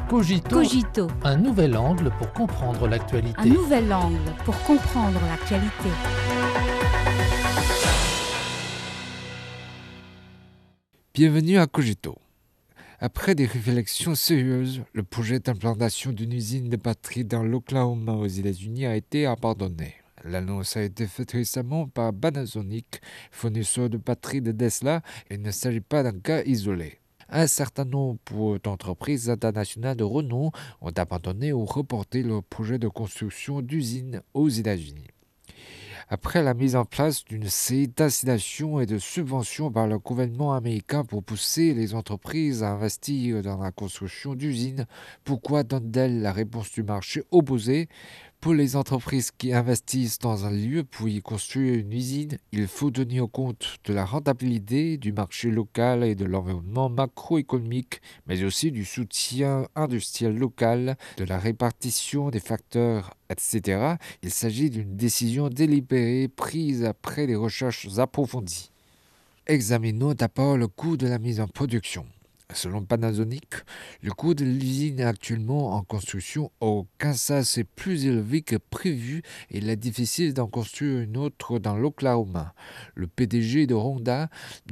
Cogito, Cogito, un nouvel angle pour comprendre l'actualité. un nouvel angle pour comprendre l'actualité. Bienvenue à Cogito. Après des réflexions sérieuses, le projet d'implantation d'une usine de batteries dans l'Oklahoma aux États-Unis a été abandonné. L'annonce a été faite récemment par Panasonic, fournisseur de batteries de Tesla, et il ne s'agit pas d'un cas isolé. Un certain nombre d'entreprises internationales de renom ont abandonné ou reporté leur projet de construction d'usines aux États-Unis. Après la mise en place d'une série d'incitations et de subventions par le gouvernement américain pour pousser les entreprises à investir dans la construction d'usines, pourquoi donne-t-elle la réponse du marché opposé ? Pour les entreprises qui investissent dans un lieu pour y construire une usine, il faut tenir compte de la rentabilité, du marché local et de l'environnement macroéconomique, mais aussi du soutien industriel local, de la répartition des facteurs, etc. Il s'agit d'une décision délibérée prise après des recherches approfondies. Examinons d'abord le coût de la mise en production. Selon Panasonic, le coût de l'usine actuellement en construction au Kansas est plus élevé que prévu et il est difficile d'en construire une autre dans l'Oklahoma. Le PDG de Honda,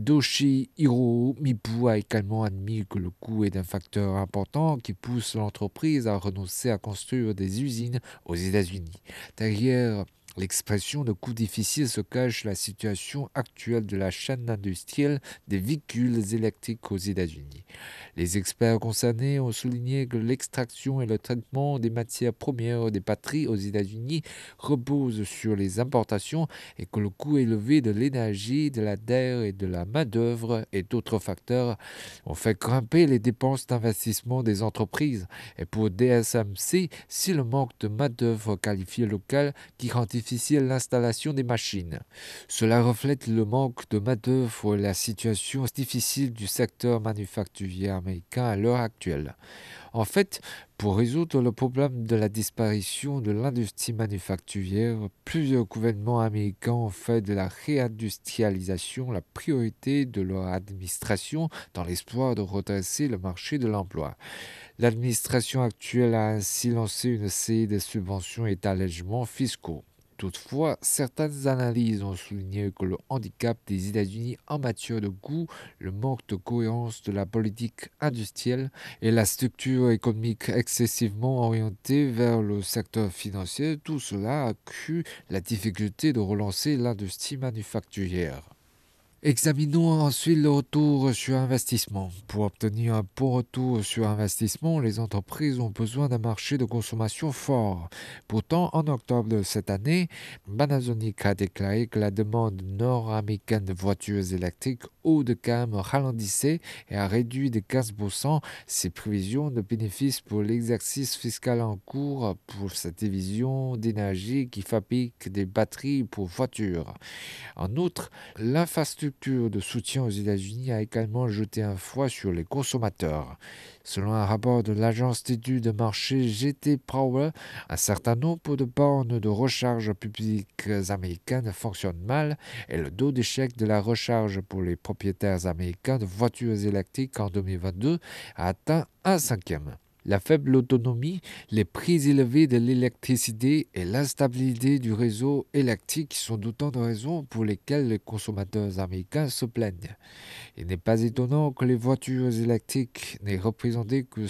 Toshihiro Mibu, a également admis que le coût est un facteur important qui pousse l'entreprise à renoncer à construire des usines aux États-Unis. Derrière l'expression de coût difficile se cache la situation actuelle de la chaîne industrielle des véhicules électriques aux États-Unis. Les experts concernés ont souligné que l'extraction et le traitement des matières premières des batteries aux États-Unis reposent sur les importations et que le coût élevé de l'énergie, de la terre et de la main-d'œuvre et d'autres facteurs ont fait grimper les dépenses d'investissement des entreprises. Et pour TSMC, c'est le manque de main-d'œuvre qualifiée locale qui rend difficile l'installation des machines. Cela reflète le manque de main-d'œuvre et la situation difficile du secteur manufacturier américain à l'heure actuelle. En fait, pour résoudre le problème de la disparition de l'industrie manufacturière, plusieurs gouvernements américains ont fait de la réindustrialisation la priorité de leur administration dans l'espoir de redresser le marché de l'emploi. L'administration actuelle a ainsi lancé une série de subventions et d'allègements fiscaux. Toutefois, certaines analyses ont souligné que le handicap des États-Unis en matière de coûts, le manque de cohérence de la politique industrielle et la structure économique excessivement orientée vers le secteur financier, tout cela a accru la difficulté de relancer l'industrie manufacturière. Examinons ensuite le retour sur investissement. Pour obtenir un bon retour sur investissement, les entreprises ont besoin d'un marché de consommation fort. Pourtant, en octobre de cette année, Panasonic a déclaré que la demande nord-américaine de voitures électriques haut de gamme ralentissait et a réduit de 15% ses prévisions de bénéfices pour l'exercice fiscal en cours pour cette division d'énergie qui fabrique des batteries pour voitures. En outre, l'infrastructure de soutien aux États-Unis a également jeté un froid sur les consommateurs. Selon un rapport de l'agence d'études de marché GT Power, un certain nombre de bornes de recharge publiques américaines fonctionnent mal et le taux d'échec de la recharge pour les propriétaires américains de voitures électriques en 2022 a atteint un cinquième. La faible autonomie, les prix élevés de l'électricité et l'instabilité du réseau électrique sont d'autant de raisons pour lesquelles les consommateurs américains se plaignent. Il n'est pas étonnant que les voitures électriques n'aient représenté que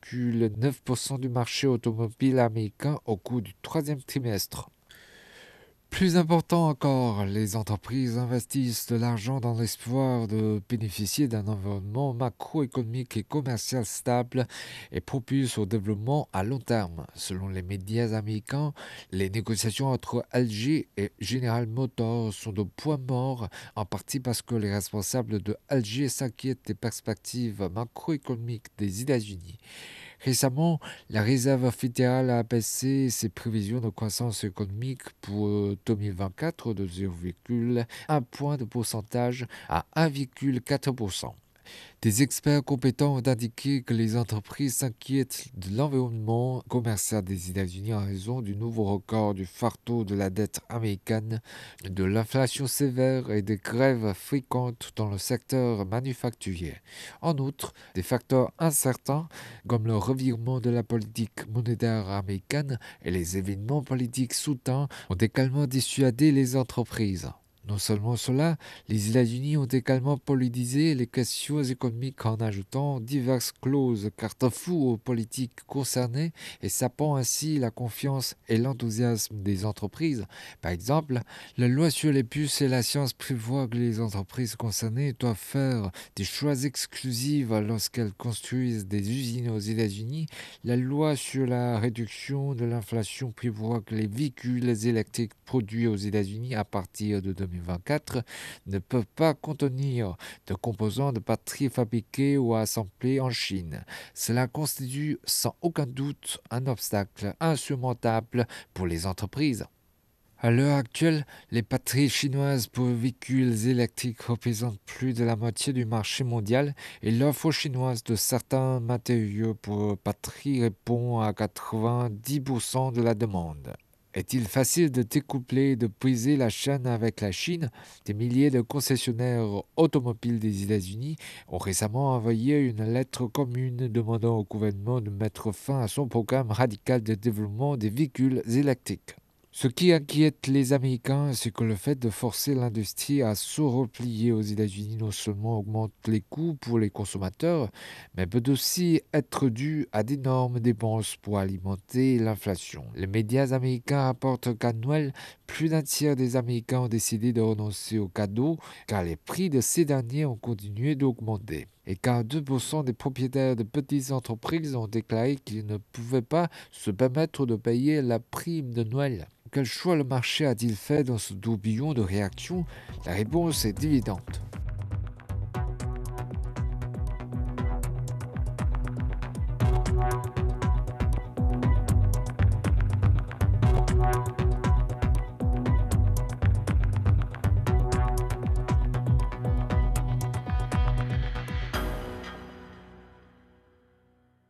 7,9% du marché automobile américain au cours du troisième trimestre. Plus important encore, les entreprises investissent de l'argent dans l'espoir de bénéficier d'un environnement macroéconomique et commercial stable et propice au développement à long terme. Selon les médias américains, les négociations entre LG et General Motors sont de point mort, en partie parce que les responsables de LG s'inquiètent des perspectives macroéconomiques des États-Unis. Récemment, la Réserve fédérale a abaissé ses prévisions de croissance économique pour 2024 de 0,1 point de pourcentage à 1,4%. Des experts compétents ont indiqué que les entreprises s'inquiètent de l'environnement commercial des États-Unis en raison du nouveau record du fardeau de la dette américaine, de l'inflation sévère et des grèves fréquentes dans le secteur manufacturier. En outre, des facteurs incertains comme le revirement de la politique monétaire américaine et les événements politiques soudains ont également dissuadé les entreprises. Non seulement cela, les États-Unis ont également politisé les questions économiques en ajoutant diverses clauses garde-fous aux politiques concernées et sapant ainsi la confiance et l'enthousiasme des entreprises. Par exemple, la loi sur les puces et la science prévoit que les entreprises concernées doivent faire des choix exclusifs lorsqu'elles construisent des usines aux États-Unis. La loi sur la réduction de l'inflation prévoit que les véhicules électriques produits aux États-Unis à partir de 2024 ne peuvent pas contenir de composants de batteries fabriqués ou assemblés en Chine. Cela constitue sans aucun doute un obstacle insurmontable pour les entreprises. À l'heure actuelle, les batteries chinoises pour véhicules électriques représentent plus de la moitié du marché mondial et l'offre chinoise de certains matériaux pour batteries répond à 90% de la demande. Est-il facile de découpler et de briser la chaîne avec la Chine? Des milliers de concessionnaires automobiles des États-Unis ont récemment envoyé une lettre commune demandant au gouvernement de mettre fin à son programme radical de développement des véhicules électriques. Ce qui inquiète les Américains, c'est que le fait de forcer l'industrie à se replier aux États-Unis non seulement augmente les coûts pour les consommateurs, mais peut aussi être dû à d'énormes dépenses pour alimenter l'inflation. Les médias américains rapportent qu'à Noël, plus d'un tiers des Américains ont décidé de renoncer aux cadeaux car les prix de ces derniers ont continué d'augmenter. Et 42% des propriétaires de petites entreprises ont déclaré qu'ils ne pouvaient pas se permettre de payer la prime de Noël. Quel choix le marché a-t-il fait dans ce tourbillon de réactions? La réponse est évidente.